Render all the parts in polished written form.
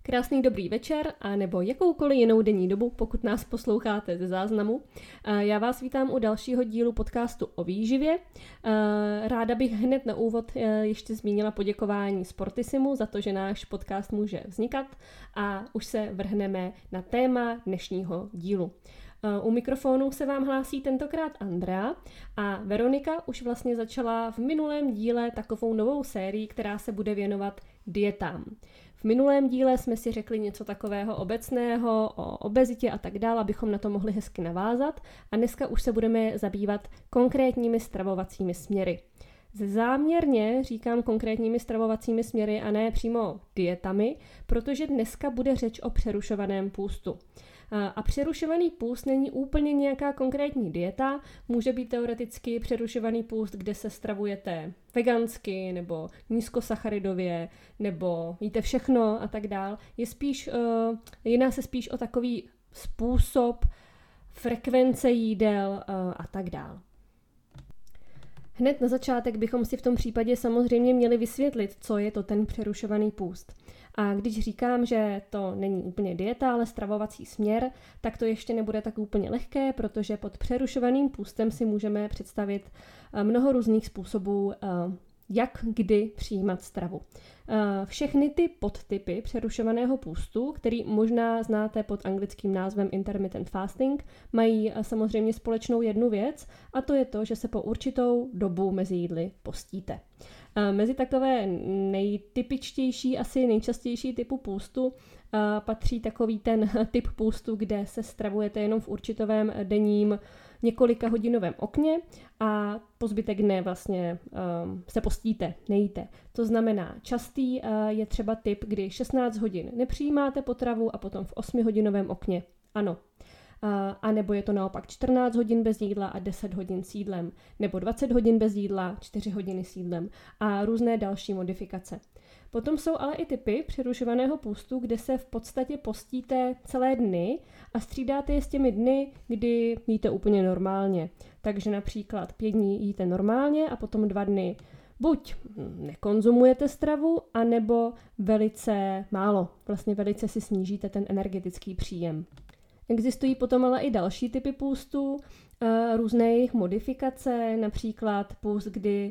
Krásný dobrý večer a nebo jakoukoliv jinou denní dobu, pokud nás posloucháte ze záznamu. Já vás vítám u dalšího dílu podcastu o výživě. Ráda bych hned na úvod ještě zmínila poděkování Sportissimu za to, že náš podcast může vznikat a už se vrhneme na téma dnešního dílu. U mikrofonu se vám hlásí tentokrát Andrea a Veronika už vlastně začala v minulém díle takovou novou sérii, která se bude věnovat dietám. V minulém díle jsme si řekli něco takového obecného o obezitě a tak dále, abychom na to mohli hezky navázat a dneska už se budeme zabývat konkrétními stravovacími směry. Záměrně říkám konkrétními stravovacími směry a ne přímo dietami, protože dneska bude řeč o přerušovaném půstu. A přerušovaný půst není úplně nějaká konkrétní dieta, může být teoreticky přerušovaný půst, kde se stravujete vegansky nebo nízkosacharidově nebo jíte všechno a tak dál. Jedná se spíš o takový způsob, frekvence jídel a tak dál. Hned na začátek bychom si v tom případě samozřejmě měli vysvětlit, co je to ten přerušovaný půst. A když říkám, že to není úplně dieta, ale stravovací směr, tak to ještě nebude tak úplně lehké, protože pod přerušovaným půstem si můžeme představit mnoho různých způsobů, jak kdy přijímat stravu. Všechny ty podtypy přerušovaného půstu, který možná znáte pod anglickým názvem intermittent fasting, mají samozřejmě společnou jednu věc a to je to, že se po určitou dobu mezi jídly postíte. Mezi takové nejtypičtější, asi nejčastější typu půstu patří takový ten typ půstu, kde se stravujete jenom v určitovém denním několika hodinovém okně a po zbytek dne vlastně se postíte, nejíte. To znamená, častý je třeba typ, kdy 16 hodin nepřijímáte potravu a potom v 8hodinovém okně ano. A nebo je to naopak 14 hodin bez jídla a 10 hodin s jídlem, nebo 20 hodin bez jídla, 4 hodiny s jídlem a různé další modifikace. Potom jsou ale i typy přerušovaného půstu, kde se v podstatě postíte celé dny a střídáte je s těmi dny, kdy jíte úplně normálně. Takže například 5 dní jíte normálně a potom 2 dny buď nekonzumujete stravu, anebo velice málo. Vlastně velice si snížíte ten energetický příjem. Existují potom ale i další typy půstu, různé jejich modifikace, například půst, kdy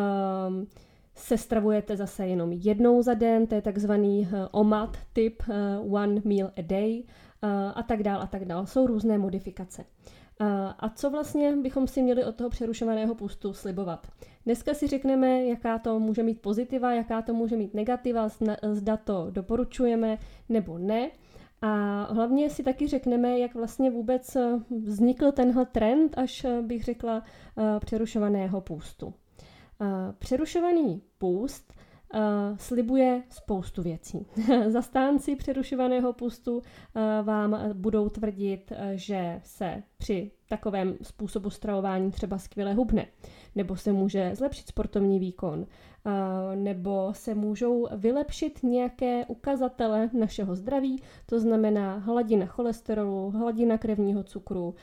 se stravujete zase jenom jednou za den, to je takzvaný OMAD typ, one meal a day a tak dál a tak dál. Jsou různé modifikace. A co vlastně bychom si měli od toho přerušovaného půstu slibovat? Dneska si řekneme, jaká to může mít pozitiva, jaká to může mít negativa, zda to doporučujeme nebo ne. A hlavně si taky řekneme, jak vlastně vůbec vznikl tenhle trend, až bych řekla, přerušovaného půstu. Přerušovaný půst slibuje spoustu věcí. Zastánci přerušovaného půstu vám budou tvrdit, že se při takovém způsobu stravování třeba skvěle hubne, nebo se může zlepšit sportovní výkon, nebo se můžou vylepšit nějaké ukazatele našeho zdraví, to znamená hladina cholesterolu, hladina krevního cukru,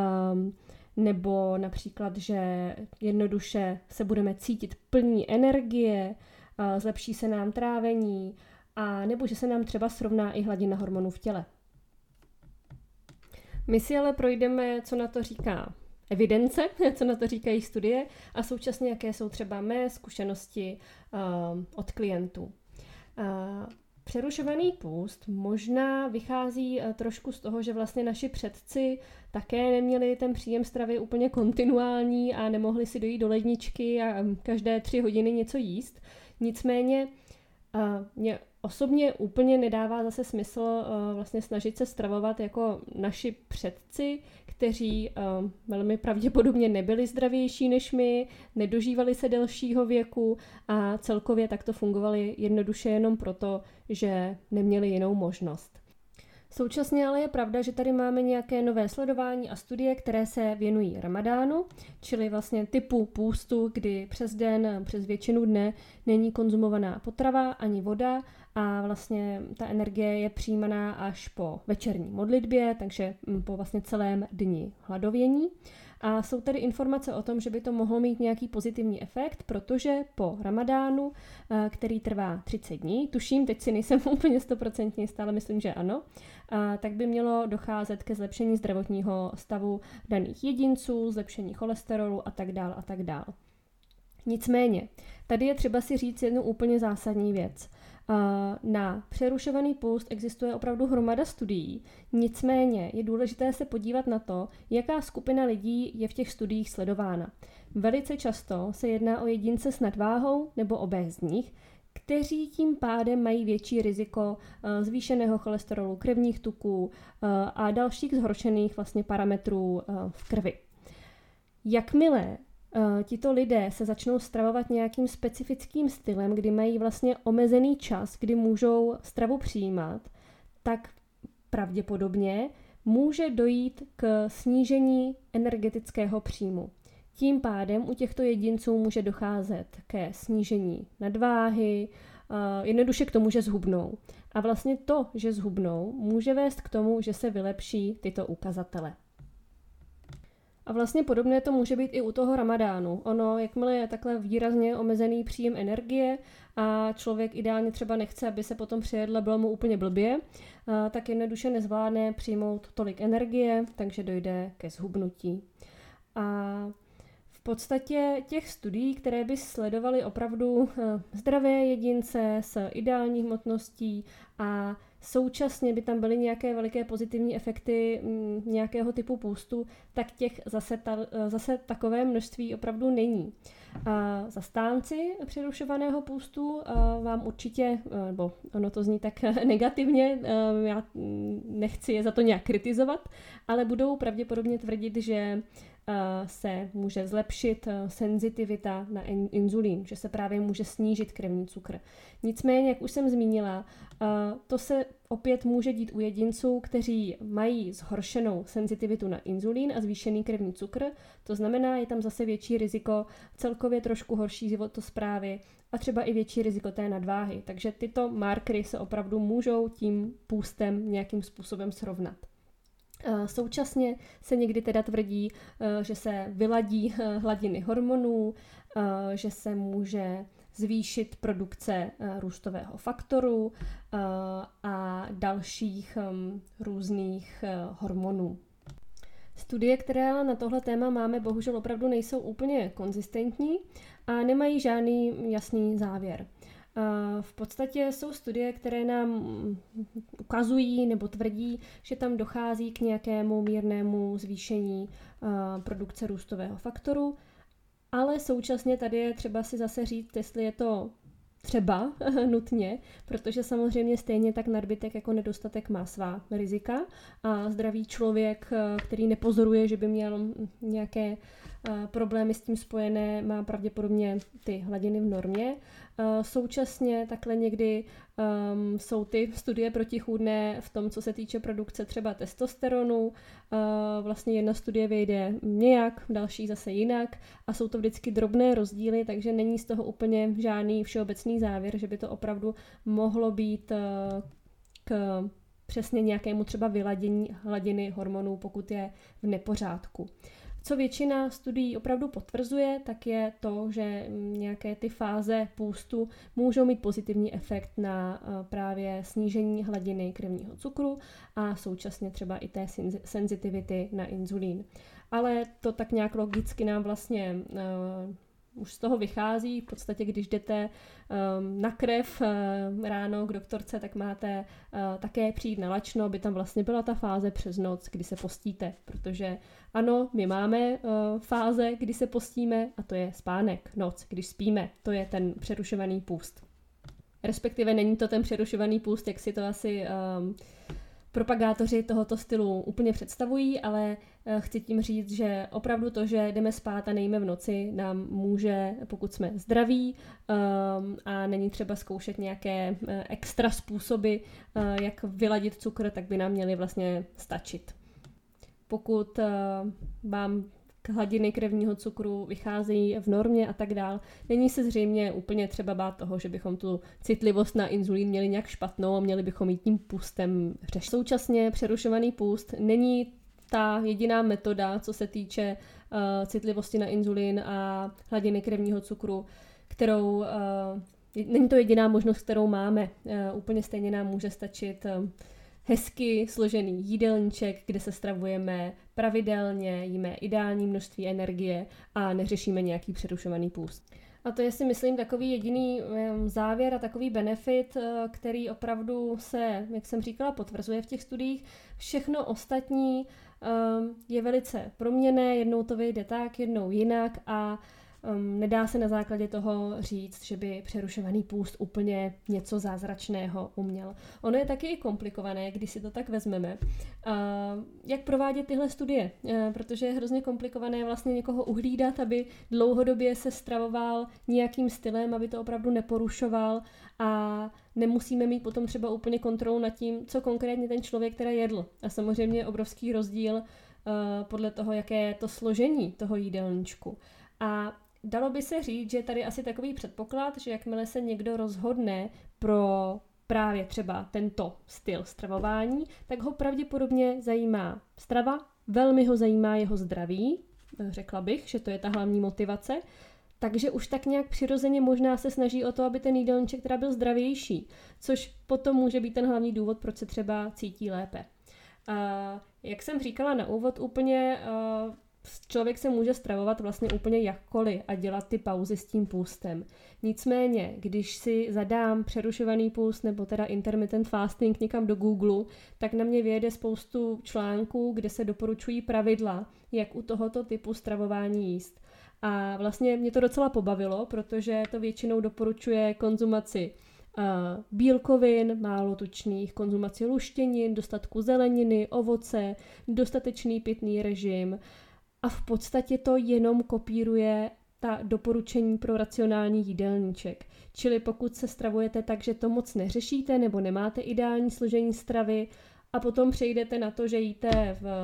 nebo například, že jednoduše se budeme cítit plní energie, zlepší se nám trávení, a nebo že se nám třeba srovná i hladina hormonů v těle. My si ale projdeme, co na to říká evidence, co na to říkají studie a současně jaké jsou třeba mé zkušenosti od klientů. Přerušovaný půst možná vychází trošku z toho, že vlastně naši předci také neměli ten příjem stravy úplně kontinuální a nemohli si dojít do ledničky a každé 3 hodiny něco jíst. Nicméně mě osobně úplně nedává zase smysl vlastně snažit se stravovat jako naši předci, kteří velmi pravděpodobně nebyli zdravější než my, nedožívali se delšího věku a celkově takto fungovali jednoduše jenom proto, že neměli jinou možnost. Současně ale je pravda, že tady máme nějaké nové sledování a studie, které se věnují ramadánu, čili vlastně typu půstu, kdy přes den, přes většinu dne není konzumovaná potrava ani voda a vlastně ta energie je přijímaná až po večerní modlitbě, takže po vlastně celém dni hladovění. A jsou tady informace o tom, že by to mohlo mít nějaký pozitivní efekt, protože po Ramadánu, který trvá 30 dní, tuším, teď si nejsem úplně 100% jistá, ale myslím, že ano, tak by mělo docházet ke zlepšení zdravotního stavu daných jedinců, zlepšení cholesterolu a tak dál a tak dál. Nicméně, tady je třeba si říct jednu úplně zásadní věc. Na přerušovaný půst existuje opravdu hromada studií, nicméně je důležité se podívat na to, jaká skupina lidí je v těch studiích sledována. Velice často se jedná o jedince s nadváhou nebo obézních, kteří tím pádem mají větší riziko zvýšeného cholesterolu, krevních tuků a dalších zhoršených vlastně parametrů v krvi. Jakmile tito lidé se začnou stravovat nějakým specifickým stylem, kdy mají vlastně omezený čas, kdy můžou stravu přijímat, tak pravděpodobně může dojít k snížení energetického příjmu. Tím pádem u těchto jedinců může docházet ke snížení nadváhy, jednoduše k tomu, že zhubnou. A vlastně to, že zhubnou, může vést k tomu, že se vylepší tyto ukazatele. A vlastně podobné to může být i u toho Ramadánu. Ono, jakmile je takhle výrazně omezený příjem energie a člověk ideálně třeba nechce, aby se potom při jedle bylo mu úplně blbě, tak jednoduše nezvládne přijmout tolik energie, takže dojde ke zhubnutí. A v podstatě těch studií, které by sledovaly opravdu zdravé jedince s ideální hmotností a současně by tam byly nějaké veliké pozitivní efekty nějakého typu půstu, tak těch zase takové množství opravdu není. Zastánci přerušovaného půstu vám určitě, nebo ono to zní tak negativně, já nechci je za to nějak kritizovat, ale budou pravděpodobně tvrdit, že se může zlepšit senzitivita na inzulín, že se právě může snížit krevní cukr. Nicméně, jak už jsem zmínila, to se opět může dít u jedinců, kteří mají zhoršenou senzitivitu na inzulín a zvýšený krevní cukr. To znamená, je tam zase větší riziko celkově trošku horší životosprávy a třeba i větší riziko té nadváhy. Takže tyto markery se opravdu můžou tím půstem nějakým způsobem srovnat. Současně se někdy teda tvrdí, že se vyladí hladiny hormonů, že se může zvýšit produkce růstového faktoru a dalších různých hormonů. Studie, které na tohle téma máme, bohužel opravdu nejsou úplně konzistentní a nemají žádný jasný závěr. V podstatě jsou studie, které nám ukazují nebo tvrdí, že tam dochází k nějakému mírnému zvýšení produkce růstového faktoru, ale současně tady je třeba si zase říct, jestli je to třeba nutně, protože samozřejmě stejně tak nadbytek jako nedostatek má svá rizika a zdravý člověk, který nepozoruje, že by měl nějaké problémy s tím spojené, má pravděpodobně ty hladiny v normě. Současně takhle někdy jsou ty studie protichůdné v tom, co se týče produkce třeba testosteronu. Vlastně jedna studie vyjde nějak, další zase jinak a jsou to vždycky drobné rozdíly, takže není z toho úplně žádný všeobecný závěr, že by to opravdu mohlo být k přesně nějakému třeba vyladění hladiny hormonů, pokud je v nepořádku. Co většina studií opravdu potvrzuje, tak je to, že nějaké ty fáze půstu můžou mít pozitivní efekt na právě snížení hladiny krevního cukru a současně třeba i té senzitivity na inzulín. Ale to tak nějak logicky nám vlastně už z toho vychází. V podstatě, když jdete na krev ráno k doktorce, tak máte také přijít na lačno, aby tam vlastně byla ta fáze přes noc, kdy se postíte. Protože ano, my máme fáze, kdy se postíme a to je spánek, noc, když spíme. To je ten přerušovaný půst. Respektive není to ten přerušovaný půst, jak si to asi propagátoři tohoto stylu úplně představují, ale chci tím říct, že opravdu to, že jdeme spát a nejíme v noci, nám může, pokud jsme zdraví a není třeba zkoušet nějaké extra způsoby, jak vyladit cukr, tak by nám měly vlastně stačit. Pokud vám hladiny krevního cukru vycházejí v normě a tak dál, není se zřejmě úplně třeba bát toho, že bychom tu citlivost na inzulín měli nějak špatnou a měli bychom jít tím půstem řešit. Současně přerušovaný půst není ta jediná metoda, co se týče citlivosti na inzulin a hladiny krevního cukru, kterou není to jediná možnost, kterou máme. Úplně stejně nám může stačit hezky složený jídelníček, kde se stravujeme pravidelně, jíme ideální množství energie a neřešíme nějaký přerušovaný půst. A to je si myslím takový jediný závěr a takový benefit, který opravdu se, jak jsem říkala, potvrzuje v těch studiích. Všechno ostatní je velice proměnné, jednou to vyjde tak, jednou jinak a nedá se na základě toho říct, že by přerušovaný půst úplně něco zázračného uměl. Ono je taky i komplikované, když si to tak vezmeme. Jak provádět tyhle studie? Protože je hrozně komplikované vlastně někoho uhlídat, aby dlouhodobě se stravoval nějakým stylem, aby to opravdu neporušoval a nemusíme mít potom třeba úplně kontrolu nad tím, co konkrétně ten člověk teda jedl. A samozřejmě je obrovský rozdíl podle toho, jaké je to složení toho jídelníčku. A dalo by se říct, že je tady asi takový předpoklad, že jakmile se někdo rozhodne pro právě třeba tento styl stravování, tak ho pravděpodobně zajímá strava, velmi ho zajímá jeho zdraví, řekla bych, že to je ta hlavní motivace, takže už tak nějak přirozeně možná se snaží o to, aby ten jídelníček teda byl zdravější, což potom může být ten hlavní důvod, proč se třeba cítí lépe. Jak jsem říkala na úvod úplně, člověk se může stravovat vlastně úplně jakkoliv a dělat ty pauzy s tím půstem. Nicméně, když si zadám přerušovaný půst nebo teda intermittent fasting někam do Google, tak na mě vyjede spoustu článků, kde se doporučují pravidla, jak u tohoto typu stravování jíst. A vlastně mě to docela pobavilo, protože to většinou doporučuje konzumaci bílkovin, málo tučných, konzumaci luštěnin, dostatku zeleniny, ovoce, dostatečný pitný režim a v podstatě to jenom kopíruje ta doporučení pro racionální jídelníček. Čili pokud se stravujete tak, že to moc neřešíte nebo nemáte ideální složení stravy a potom přejdete na to, že jíte v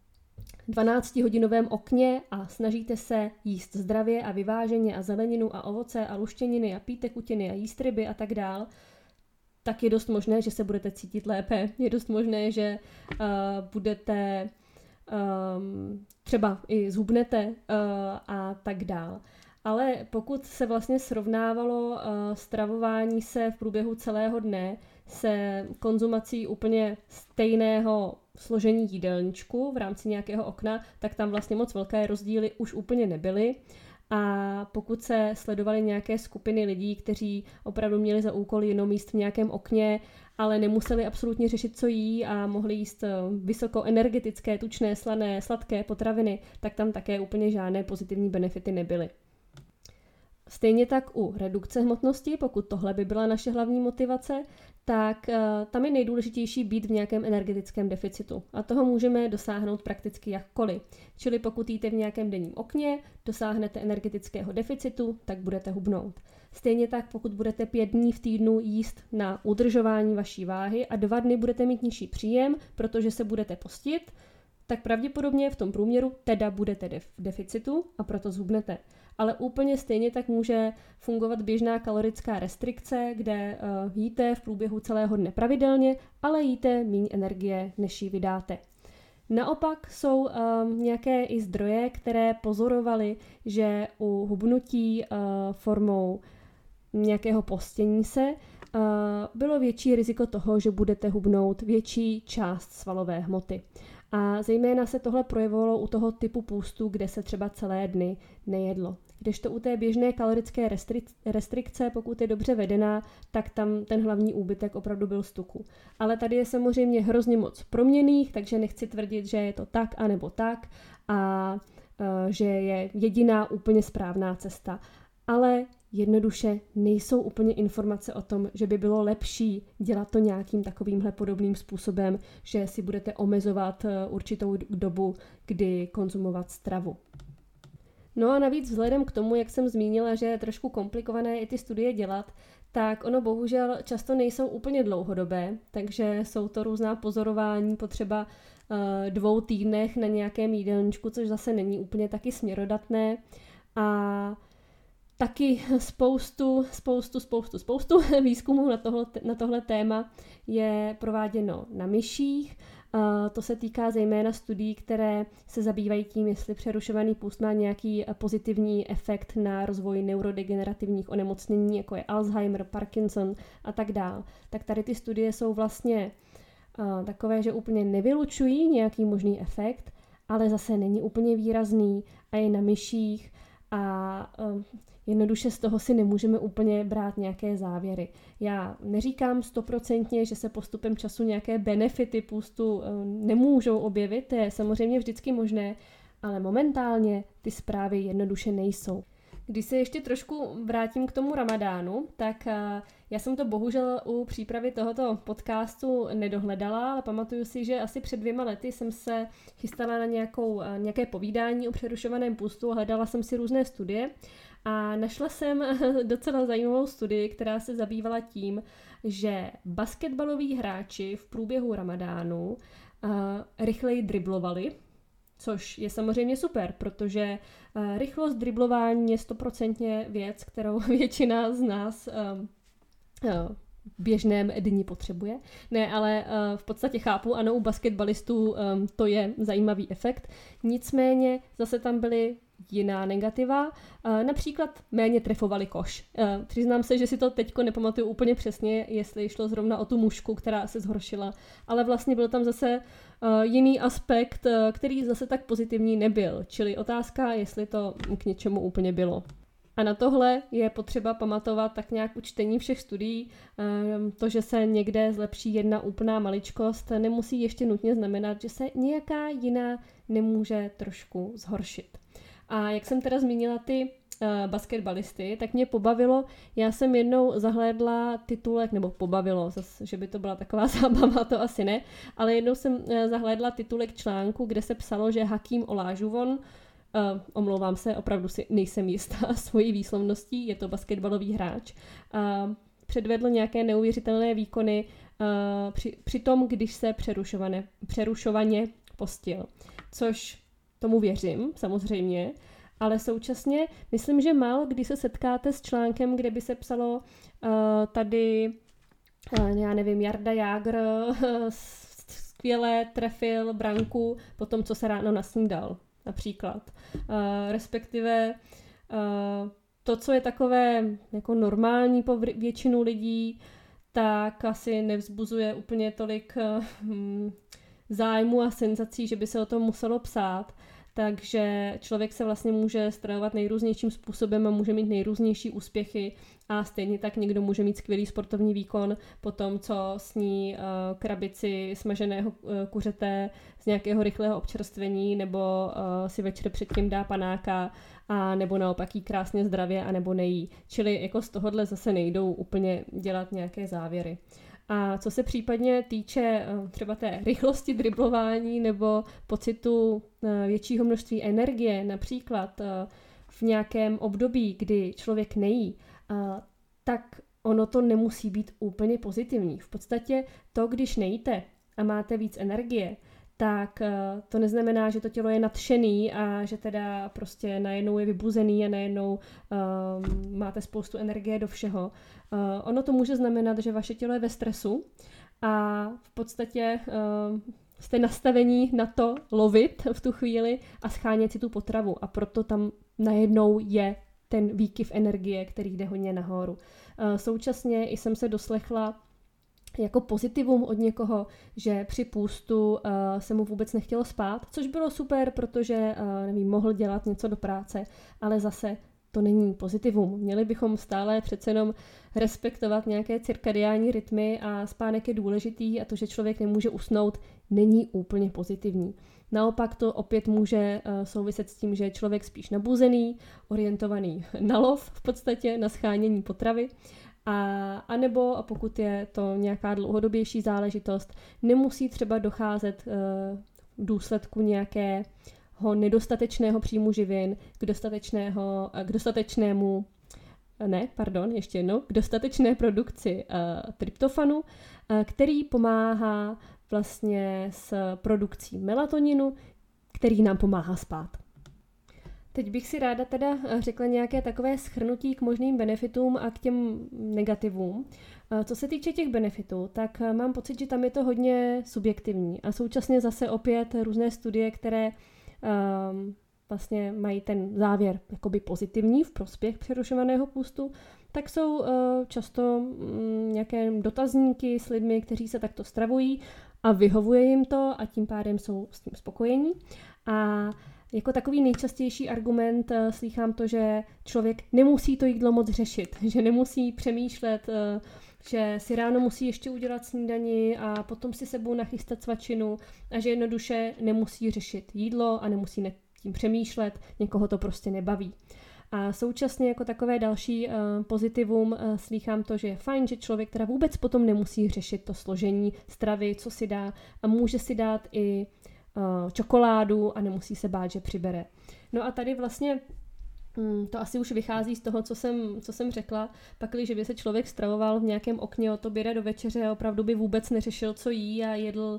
12hodinovém okně a snažíte se jíst zdravě a vyváženě a zeleninu a ovoce a luštěniny a pít tekutiny a jíst ryby a tak dál, tak je dost možné, že se budete cítit lépe. Je dost možné, že budete třeba i zhubnete a tak dál. Ale pokud se vlastně srovnávalo stravování se v průběhu celého dne se konzumací úplně stejného složení jídelníčku v rámci nějakého okna, tak tam vlastně moc velké rozdíly už úplně nebyly. A pokud se sledovaly nějaké skupiny lidí, kteří opravdu měli za úkol jenom jíst v nějakém okně, ale nemuseli absolutně řešit, co jí a mohli jíst vysokoenergetické, tučné, slané, sladké potraviny, tak tam také úplně žádné pozitivní benefity nebyly. Stejně tak u redukce hmotnosti, pokud tohle by byla naše hlavní motivace, tak tam je nejdůležitější být v nějakém energetickém deficitu. A toho můžeme dosáhnout prakticky jakkoliv. Čili pokud jíte v nějakém denním okně, dosáhnete energetického deficitu, tak budete hubnout. Stejně tak, pokud budete 5 dní v týdnu jíst na udržování vaší váhy a 2 dny budete mít nižší příjem, protože se budete postit, tak pravděpodobně v tom průměru teda budete v deficitu a proto zhubnete. Ale úplně stejně tak může fungovat běžná kalorická restrikce, kde jíte v průběhu celého dne pravidelně, ale jíte méně energie, než ji vydáte. Naopak jsou nějaké i zdroje, které pozorovaly, že u hubnutí formou nějakého postění se bylo větší riziko toho, že budete hubnout větší část svalové hmoty. A zejména se tohle projevovalo u toho typu půstu, kde se třeba celé dny nejedlo. Kdežto u té běžné kalorické restrikce, pokud je dobře vedená, tak tam ten hlavní úbytek opravdu byl z tuku. Ale tady je samozřejmě hrozně moc proměnných, takže nechci tvrdit, že je to tak anebo tak a že je jediná úplně správná cesta. Ale jednoduše nejsou úplně informace o tom, že by bylo lepší dělat to nějakým takovýmhle podobným způsobem, že si budete omezovat určitou dobu, kdy konzumovat stravu. No a navíc vzhledem k tomu, jak jsem zmínila, že je trošku komplikované i ty studie dělat, tak ono bohužel často nejsou úplně dlouhodobé, takže jsou to různá pozorování po třeba 2 týdnech na nějakém jídelníčku, což zase není úplně taky směrodatné a taky spoustu výzkumů na tohle téma je prováděno na myších To se týká zejména studií, které se zabývají tím, jestli přerušovaný půst má nějaký pozitivní efekt na rozvoj neurodegenerativních onemocnění, jako je Alzheimer, Parkinson a tak dále. Tak tady ty studie jsou vlastně takové, že úplně nevylučují nějaký možný efekt, ale zase není úplně výrazný a je na myších a jednoduše z toho si nemůžeme úplně brát nějaké závěry. Já neříkám 100%, že se postupem času nějaké benefity půstu nemůžou objevit, to je samozřejmě vždycky možné, ale momentálně ty zprávy jednoduše nejsou. Když se ještě trošku vrátím k tomu Ramadánu, tak já jsem to bohužel u přípravy tohoto podcastu nedohledala, ale pamatuju si, že asi před 2 lety jsem se chystala na nějaké povídání o přerušovaném půstu, hledala jsem si různé studie a našla jsem docela zajímavou studii, která se zabývala tím, že basketbaloví hráči v průběhu Ramadánu rychleji driblovali, což je samozřejmě super, protože rychlost driblování je 100% věc, kterou většina z nás v běžném dni potřebuje. Ne, ale v podstatě chápu, ano, u basketbalistů to je zajímavý efekt. Nicméně zase tam byly jiná negativa, například méně trefovali koš. Přiznám se, že si to teďko nepamatuju úplně přesně, jestli šlo zrovna o tu mužku, která se zhoršila, ale vlastně byl tam zase jiný aspekt, který zase tak pozitivní nebyl, čili otázka, jestli to k něčemu úplně bylo. A na tohle je potřeba pamatovat tak nějak u čtení všech studií. To, že se někde zlepší jedna úplná maličkost, nemusí ještě nutně znamenat, že se nějaká jiná nemůže trošku zhoršit. A jak jsem teda zmínila ty basketbalisty, tak mě pobavilo, já jsem jednou zahlédla titulek, nebo pobavilo, zase, že by to byla taková zábava, to asi ne, ale jednou jsem zahlédla titulek článku, kde se psalo, že Hakeem Olajuwon, omlouvám se, opravdu si nejsem jistá svojí výslovností, je to basketbalový hráč, předvedl nějaké neuvěřitelné výkony při tom, když se přerušovaně postil. Což tomu věřím, samozřejmě, ale současně myslím, že málo kdy se setkáte s článkem, kde by se psalo tady, já nevím, Jarda Jágr skvěle trefil branku po tom, co se ráno nasnídal, například. Respektive to, co je takové jako normální pro většinu lidí, tak asi nevzbuzuje úplně tolik zájmu a senzací, že by se o tom muselo psát. Takže člověk se vlastně může stravovat nejrůznějším způsobem a může mít nejrůznější úspěchy a stejně tak někdo může mít skvělý sportovní výkon po tom, co sní krabici smaženého kuřete z nějakého rychlého občerstvení nebo si večer předtím dá panáka a nebo naopak jí krásně zdravě a nebo nejí. Čili jako z tohohle zase nejdou úplně dělat nějaké závěry. A co se případně týče třeba té rychlosti driblování nebo pocitu většího množství energie, například v nějakém období, kdy člověk nejí, tak ono to nemusí být úplně pozitivní. V podstatě to, když nejíte a máte víc energie, tak to neznamená, že to tělo je nadšený a že teda prostě najednou je vybuzený a najednou máte spoustu energie do všeho. Ono to může znamenat, že vaše tělo je ve stresu a v podstatě jste nastavení na to lovit v tu chvíli a schánět si tu potravu a proto tam najednou je ten výkyv energie, který jde hodně nahoru. Současně jsem se doslechla jako pozitivum od někoho, že při půstu se mu vůbec nechtělo spát, což bylo super, protože mohl dělat něco do práce, ale zase to není pozitivum. Měli bychom stále přece jenom respektovat nějaké cirkadiální rytmy a spánek je důležitý a to, že člověk nemůže usnout, není úplně pozitivní. Naopak to opět může souviset s tím, že je člověk spíš nabuzený, orientovaný na lov v podstatě, na schánění potravy, a nebo, a pokud je to nějaká dlouhodobější záležitost, nemusí třeba docházet v důsledku nějakého nedostatečného příjmu živin k dostatečné produkci tryptofanu, který pomáhá vlastně s produkcí melatoninu, který nám pomáhá spát. Teď bych si ráda teda řekla nějaké takové shrnutí k možným benefitům a k těm negativům. Co se týče těch benefitů, tak mám pocit, že tam je to hodně subjektivní a současně zase opět různé studie, které vlastně mají ten závěr jakoby pozitivní v prospěch přerušovaného půstu, tak jsou často nějaké dotazníky s lidmi, kteří se takto stravují a vyhovuje jim to a tím pádem jsou s tím spokojení. A jako takový nejčastější argument slýchám to, že člověk nemusí to jídlo moc řešit, že nemusí přemýšlet, že si ráno musí ještě udělat snídani a potom si sebou nachystat svačinu a že jednoduše nemusí řešit jídlo a nemusí nad tím přemýšlet, někoho to prostě nebaví. A současně jako takové další pozitivum slýchám to, že je fajn, že člověk teda vůbec potom nemusí řešit to složení stravy, co si dá a může si dát i čokoládu a nemusí se bát, že přibere. No a tady vlastně to asi už vychází z toho, co jsem řekla, pakliže by se člověk stravoval v nějakém okně od oběda do večeře a opravdu by vůbec neřešil, co jí a jedl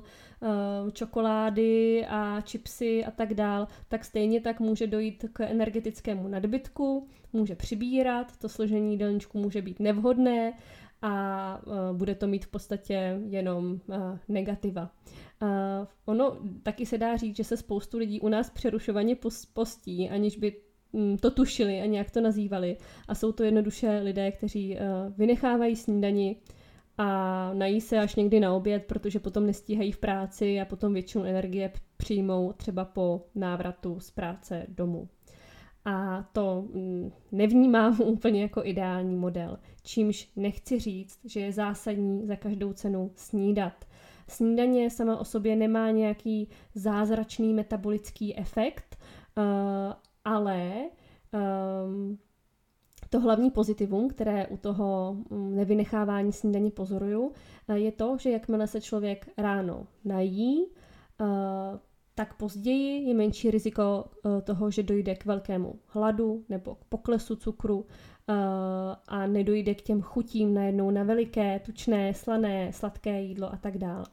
čokolády a chipsy a tak dál, tak stejně tak může dojít k energetickému nadbytku, může přibírat, to složení jídelníčku může být nevhodné a bude to mít v podstatě jenom negativa. Ono taky se dá říct, že se spoustu lidí u nás přerušovaně postí, aniž by to tušili a nějak to nazývali. A jsou to jednoduše lidé, kteří vynechávají snídani a nají se až někdy na oběd, protože potom nestíhají v práci a potom většinu energie přijmou třeba po návratu z práce domů. A to nevnímám úplně jako ideální model, čímž nechci říct, že je zásadní za každou cenu snídat. Snídaně sama o sobě nemá nějaký zázračný metabolický efekt, ale to hlavní pozitivum, které u toho nevynechávání snídaně pozoruju, je to, že jakmile se člověk ráno nají, tak později je menší riziko toho, že dojde k velkému hladu nebo k poklesu cukru a nedojde k těm chutím najednou na veliké, tučné, slané, sladké jídlo a tak dále.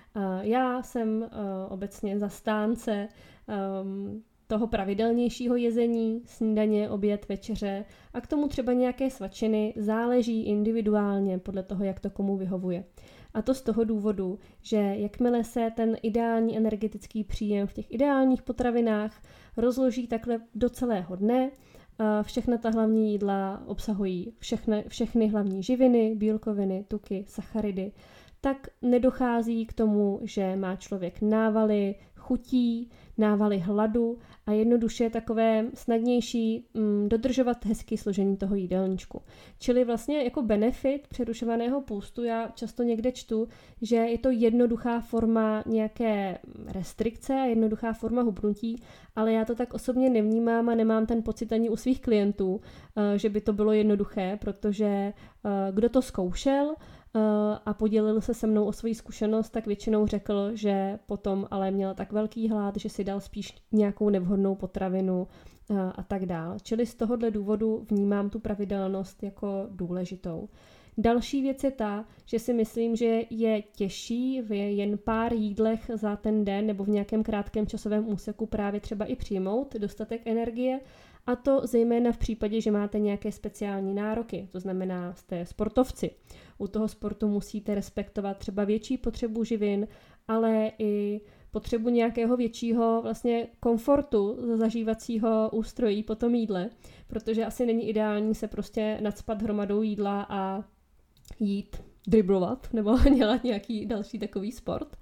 Já jsem obecně zastánce toho pravidelnějšího jezení, snídaně, oběd, večeře a k tomu třeba nějaké svačiny záleží individuálně podle toho, jak to komu vyhovuje. A to z toho důvodu, že jakmile se ten ideální energetický příjem v těch ideálních potravinách rozloží takhle do celého dne, všechna ta hlavní jídla obsahují všechny hlavní živiny, bílkoviny, tuky, sacharidy, tak nedochází k tomu, že má člověk návaly chutí, návaly hladu a jednoduše je takové snadnější dodržovat hezky složení toho jídelníčku. Čili vlastně jako benefit přerušovaného půstu já často někde čtu, že je to jednoduchá forma nějaké restrikce, jednoduchá forma hubnutí, ale já to tak osobně nevnímám a nemám ten pocit ani u svých klientů, že by to bylo jednoduché, protože kdo to zkoušel a podělil se se mnou o svoji zkušenost, tak většinou řekl, že potom ale měl tak velký hlad, že si dal spíš nějakou nevhodnou potravinu a tak dál. Čili z tohohle důvodu vnímám tu pravidelnost jako důležitou. Další věc je ta, že si myslím, že je těžší v jen pár jídlech za ten den nebo v nějakém krátkém časovém úseku právě třeba i přijmout dostatek energie, a to zejména v případě, že máte nějaké speciální nároky, to znamená, jste sportovci. U toho sportu musíte respektovat třeba větší potřebu živin, ale i potřebu nějakého většího vlastně komfortu zažívacího ústrojí po tom jídle, protože asi není ideální se prostě nacpat hromadou jídla a jít, driblovat nebo dělat nějaký další takový sport.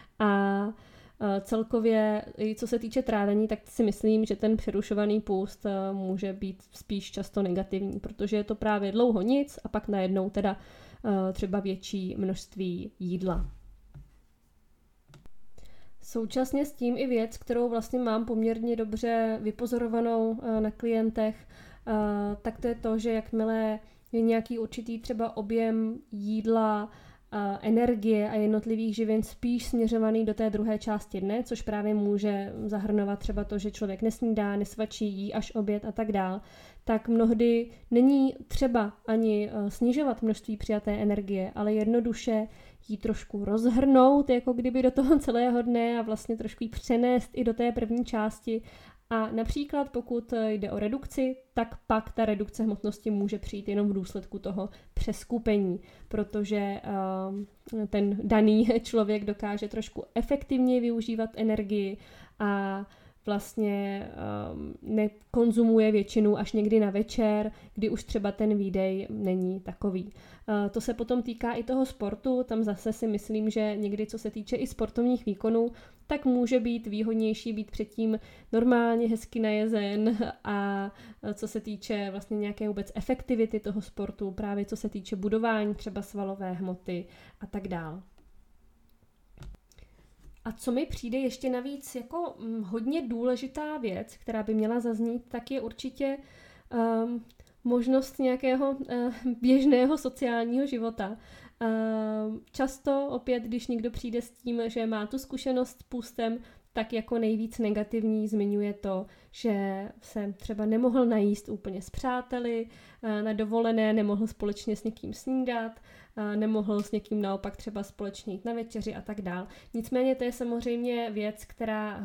A celkově, co se týče trávení, tak si myslím, že ten přerušovaný půst může být spíš často negativní, protože je to právě dlouho nic a pak najednou teda třeba větší množství jídla. Současně s tím i věc, kterou vlastně mám poměrně dobře vypozorovanou na klientech, tak to je to, že jakmile je nějaký určitý třeba objem jídla, energie a jednotlivých živin spíš směřovaný do té druhé části dne, což právě může zahrnovat třeba to, že člověk nesnídá, nesvačí, jí až oběd a tak dál, tak mnohdy není třeba ani snižovat množství přijaté energie, ale jednoduše ji trošku rozhrnout, jako kdyby do toho celého dne a vlastně trošku ji přenést i do té první části A například pokud jde o redukci, tak pak ta redukce hmotnosti může přijít jenom v důsledku toho přeskupení, protože ten daný člověk dokáže trošku efektivněji využívat energii a vlastně nekonzumuje většinu až někdy na večer, kdy už třeba ten výdej není takový. To se potom týká i toho sportu, tam zase si myslím, že někdy co se týče i sportovních výkonů, tak může být výhodnější být předtím normálně hezky najezen a co se týče vlastně nějaké vůbec efektivity toho sportu, právě co se týče budování třeba svalové hmoty a tak dál. A co mi přijde ještě navíc jako hodně důležitá věc, která by měla zaznít, tak je určitě možnost nějakého běžného sociálního života. Často opět, když někdo přijde s tím, že má tu zkušenost s půstem, tak jako nejvíc negativní zmiňuje to, že se třeba nemohl najíst úplně s přáteli, na dovolené nemohl společně s někým snídat, nemohl s někým naopak třeba společně jít na večeři a tak dál. Nicméně to je samozřejmě věc, která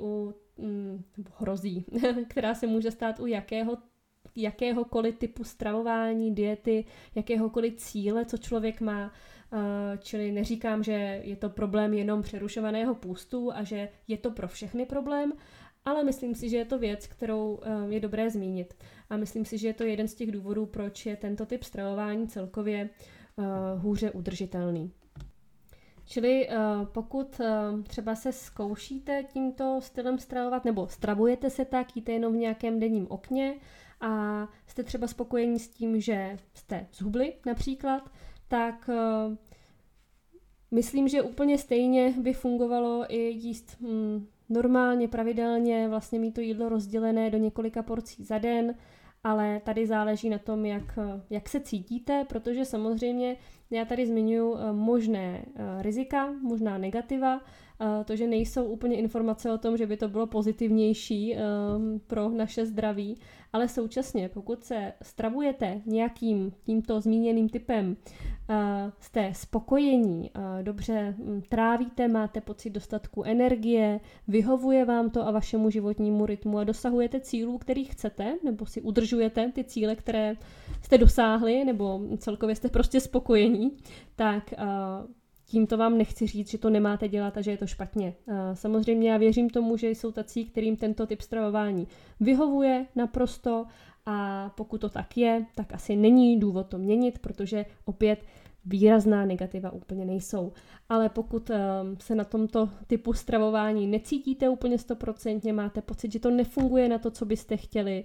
která se může stát u jakéhokoliv typu stravování, diety, jakéhokoliv cíle, co člověk má. Čili neříkám, že je to problém jenom přerušovaného půstu a že je to pro všechny problém, ale myslím si, že je to věc, kterou je dobré zmínit. A myslím si, že je to jeden z těch důvodů, proč je tento typ stravování celkově hůře udržitelný. Čili pokud třeba se zkoušíte tímto stylem stravovat nebo stravujete se tak, jíte jenom v nějakém denním okně a jste třeba spokojení s tím, že jste zhubli například, tak myslím, že úplně stejně by fungovalo i jíst normálně, pravidelně, vlastně mít to jídlo rozdělené do několika porcí za den, ale tady záleží na tom, jak se cítíte, protože samozřejmě já tady zmiňuji možné rizika, možná negativa, to, že nejsou úplně informace o tom, že by to bylo pozitivnější pro naše zdraví, ale současně, pokud se stravujete nějakým tímto zmíněným typem, jste spokojení, dobře trávíte, máte pocit dostatku energie, vyhovuje vám to a vašemu životnímu rytmu a dosahujete cílů, kterých chcete, nebo si udržujete ty cíle, které jste dosáhli, nebo celkově jste prostě spokojení, tak tímto vám nechci říct, že to nemáte dělat a že je to špatně. Samozřejmě já věřím tomu, že jsou tací, kterým tento typ stravování vyhovuje naprosto a pokud to tak je, tak asi není důvod to měnit, protože opět výrazná negativa úplně nejsou. Ale pokud se na tomto typu stravování necítíte úplně 100%, máte pocit, že to nefunguje na to, co byste chtěli,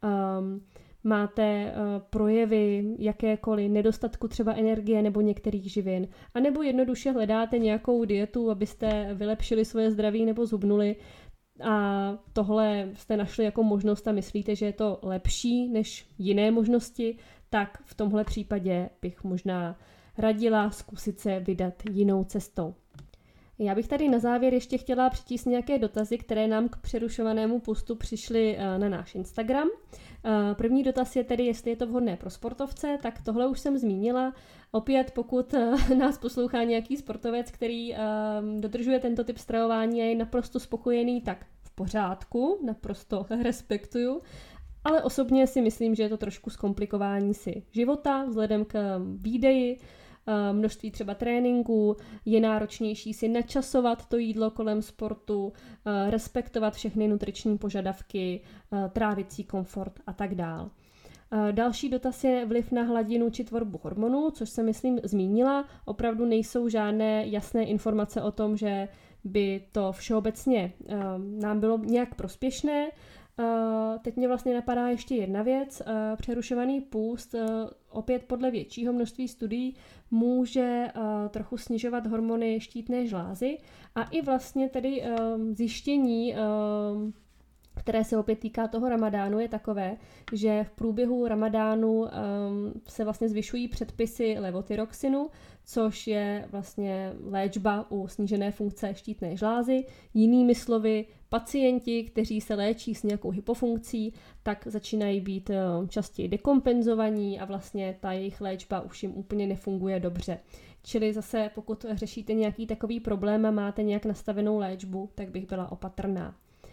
máte projevy jakékoliv nedostatku třeba energie nebo některých živin, anebo jednoduše hledáte nějakou dietu, abyste vylepšili svoje zdraví nebo zhubnuli a tohle jste našli jako možnost a myslíte, že je to lepší než jiné možnosti, tak v tomhle případě bych možná radila zkusit se vydat jinou cestou. Já bych tady na závěr ještě chtěla přečíst nějaké dotazy, které nám k přerušovanému půstu přišly na náš Instagram. První dotaz je tedy, jestli je to vhodné pro sportovce, tak tohle už jsem zmínila. Opět, pokud nás poslouchá nějaký sportovec, který dodržuje tento typ stravování a je naprosto spokojený, tak v pořádku, naprosto respektuju. Ale osobně si myslím, že je to trošku zkomplikování si života vzhledem k výdeji, množství třeba tréninků, je náročnější si načasovat to jídlo kolem sportu, respektovat všechny nutriční požadavky, trávicí komfort a tak dál. Další dotaz je vliv na hladinu či tvorbu hormonů, což jsem myslím zmínila. Opravdu nejsou žádné jasné informace o tom, že by to všeobecně nám bylo nějak prospěšné. Teď mě vlastně napadá ještě jedna věc. Přerušovaný půst opět podle většího množství studií může trochu snižovat hormony štítné žlázy a i vlastně tedy zjištění, které se opět týká toho ramadánu, je takové, že v průběhu ramadánu se vlastně zvyšují předpisy levotyroxinu, což je vlastně léčba u snížené funkce štítné žlázy. Jinými slovy, pacienti, kteří se léčí s nějakou hypofunkcí, tak začínají být častěji dekompenzovaní a vlastně ta jejich léčba už jim úplně nefunguje dobře. Čili zase, pokud řešíte nějaký takový problém a máte nějak nastavenou léčbu, tak bych byla opatrná.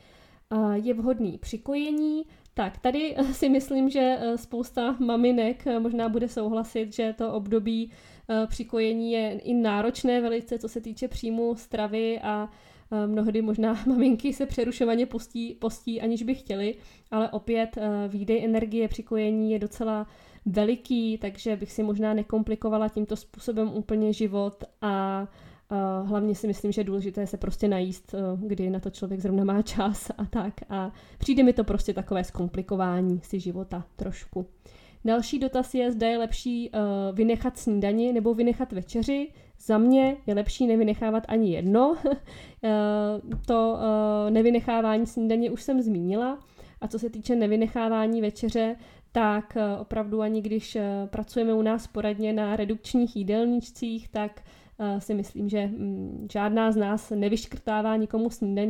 je vhodný při kojení. Tak, tady si myslím, že spousta maminek možná bude souhlasit, že to období při kojení je i náročné velice, co se týče příjmu stravy a mnohdy možná maminky se přerušovaně postí, aniž by chtěli, ale opět výdej energie při kojení je docela veliký, takže bych si možná nekomplikovala tímto způsobem úplně život a hlavně si myslím, že je důležité se prostě najíst, kdy na to člověk zrovna má čas a tak. A přijde mi to prostě takové zkomplikování si života trošku. Další dotaz je, zda je lepší vynechat snídani nebo vynechat večeři. Za mě je lepší nevynechávat ani jedno. To nevynechávání snídaně už jsem zmínila. A co se týče nevynechávání večeře, tak opravdu ani když pracujeme u nás poradně na redukčních jídelníčcích, tak si myslím, že žádná z nás nevyškrtává nikomu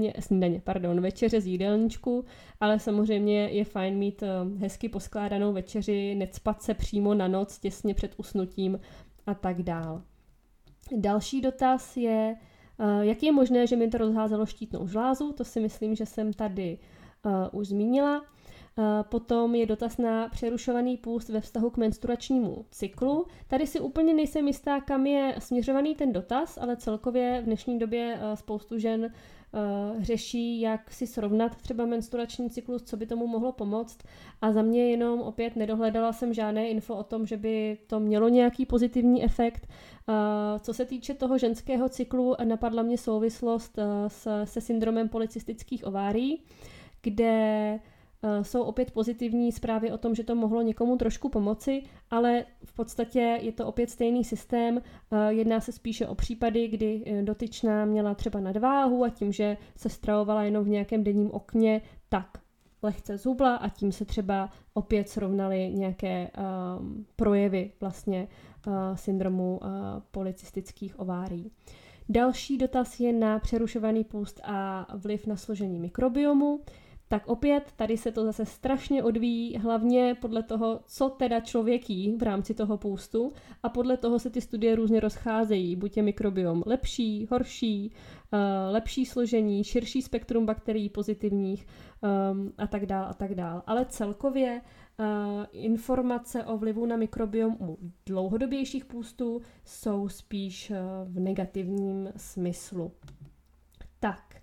večeře z jídelníčku, ale samozřejmě je fajn mít hezky poskládanou večeři, necpat se přímo na noc těsně před usnutím a tak dál. Další dotaz je, jak je možné, že mi to rozházelo štítnou žlázu, to si myslím, že jsem tady už zmínila. Potom je dotaz na přerušovaný půst ve vztahu k menstruačnímu cyklu. Tady si úplně nejsem jistá, kam je směřovaný ten dotaz, ale celkově v dnešní době spoustu žen řeší, jak si srovnat třeba menstruační cyklus, co by tomu mohlo pomoct. A za mě jenom opět nedohledala jsem žádné info o tom, že by to mělo nějaký pozitivní efekt. Co se týče toho ženského cyklu, napadla mě souvislost se syndromem polycystických ovárií, kde jsou opět pozitivní zprávy o tom, že to mohlo někomu trošku pomoci, ale v podstatě je to opět stejný systém. Jedná se spíše o případy, kdy dotyčná měla třeba nadváhu a tím, že se stravovala jenom v nějakém denním okně, tak lehce zhubla a tím se třeba opět srovnaly nějaké projevy vlastně syndromu polycystických ovárií. Další dotaz je na přerušovaný půst a vliv na složení mikrobiomu. Tak opět, tady se to zase strašně odvíjí, hlavně podle toho, co teda člověk jí v rámci toho půstu a podle toho se ty studie různě rozcházejí. Buď je mikrobiom lepší, horší, lepší složení, širší spektrum bakterií pozitivních a tak dál a tak dál. Ale celkově informace o vlivu na mikrobiom u dlouhodobějších půstů jsou spíš v negativním smyslu. Tak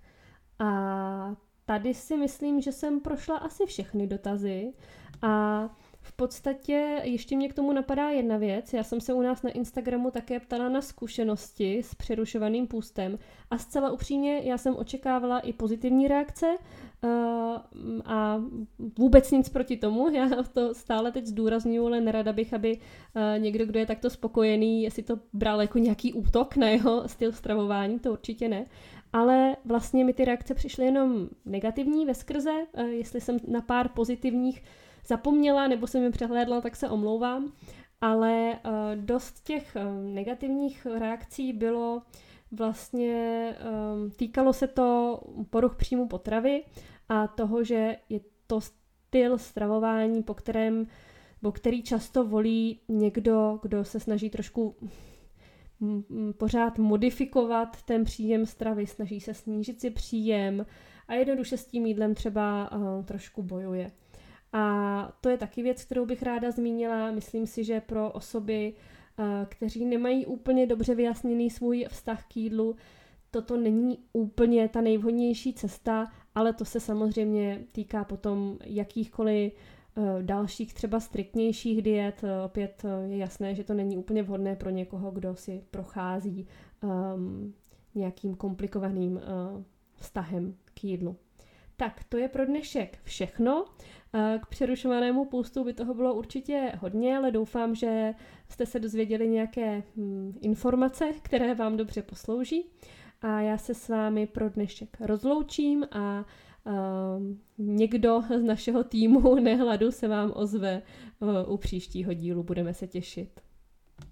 a tady si myslím, že jsem prošla asi všechny dotazy a v podstatě ještě mě k tomu napadá jedna věc. Já jsem se u nás na Instagramu také ptala na zkušenosti s přerušovaným půstem a zcela upřímně já jsem očekávala i pozitivní reakce a vůbec nic proti tomu. Já to stále teď zdůrazňuji, ale nerada bych, aby někdo, kdo je takto spokojený, si to bral jako nějaký útok na jeho styl stravování, to určitě ne. Ale vlastně mi ty reakce přišly jenom negativní veskrze, jestli jsem na pár pozitivních zapomněla nebo jsem je přehlédla, tak se omlouvám, ale dost těch negativních reakcí bylo vlastně, týkalo se to poruch příjmu potravy a toho, že je to styl stravování, který často volí někdo, kdo se snaží trošku pořád modifikovat ten příjem stravy, snaží se snížit si příjem a jednoduše s tím jídlem třeba trošku bojuje. A to je taky věc, kterou bych ráda zmínila. Myslím si, že pro osoby, kteří nemají úplně dobře vyjasněný svůj vztah k jídlu, toto není úplně ta nejvhodnější cesta, ale to se samozřejmě týká potom jakýchkoliv dalších třeba striktnějších diet. Opět je jasné, že to není úplně vhodné pro někoho, kdo si prochází nějakým komplikovaným vztahem k jídlu. Tak, to je pro dnešek všechno. K přerušovanému půstu by toho bylo určitě hodně, ale doufám, že jste se dozvěděli nějaké informace, které vám dobře poslouží. A já se s vámi pro dnešek rozloučím a někdo z našeho týmu Nehladu se vám ozve u příštího dílu. Budeme se těšit.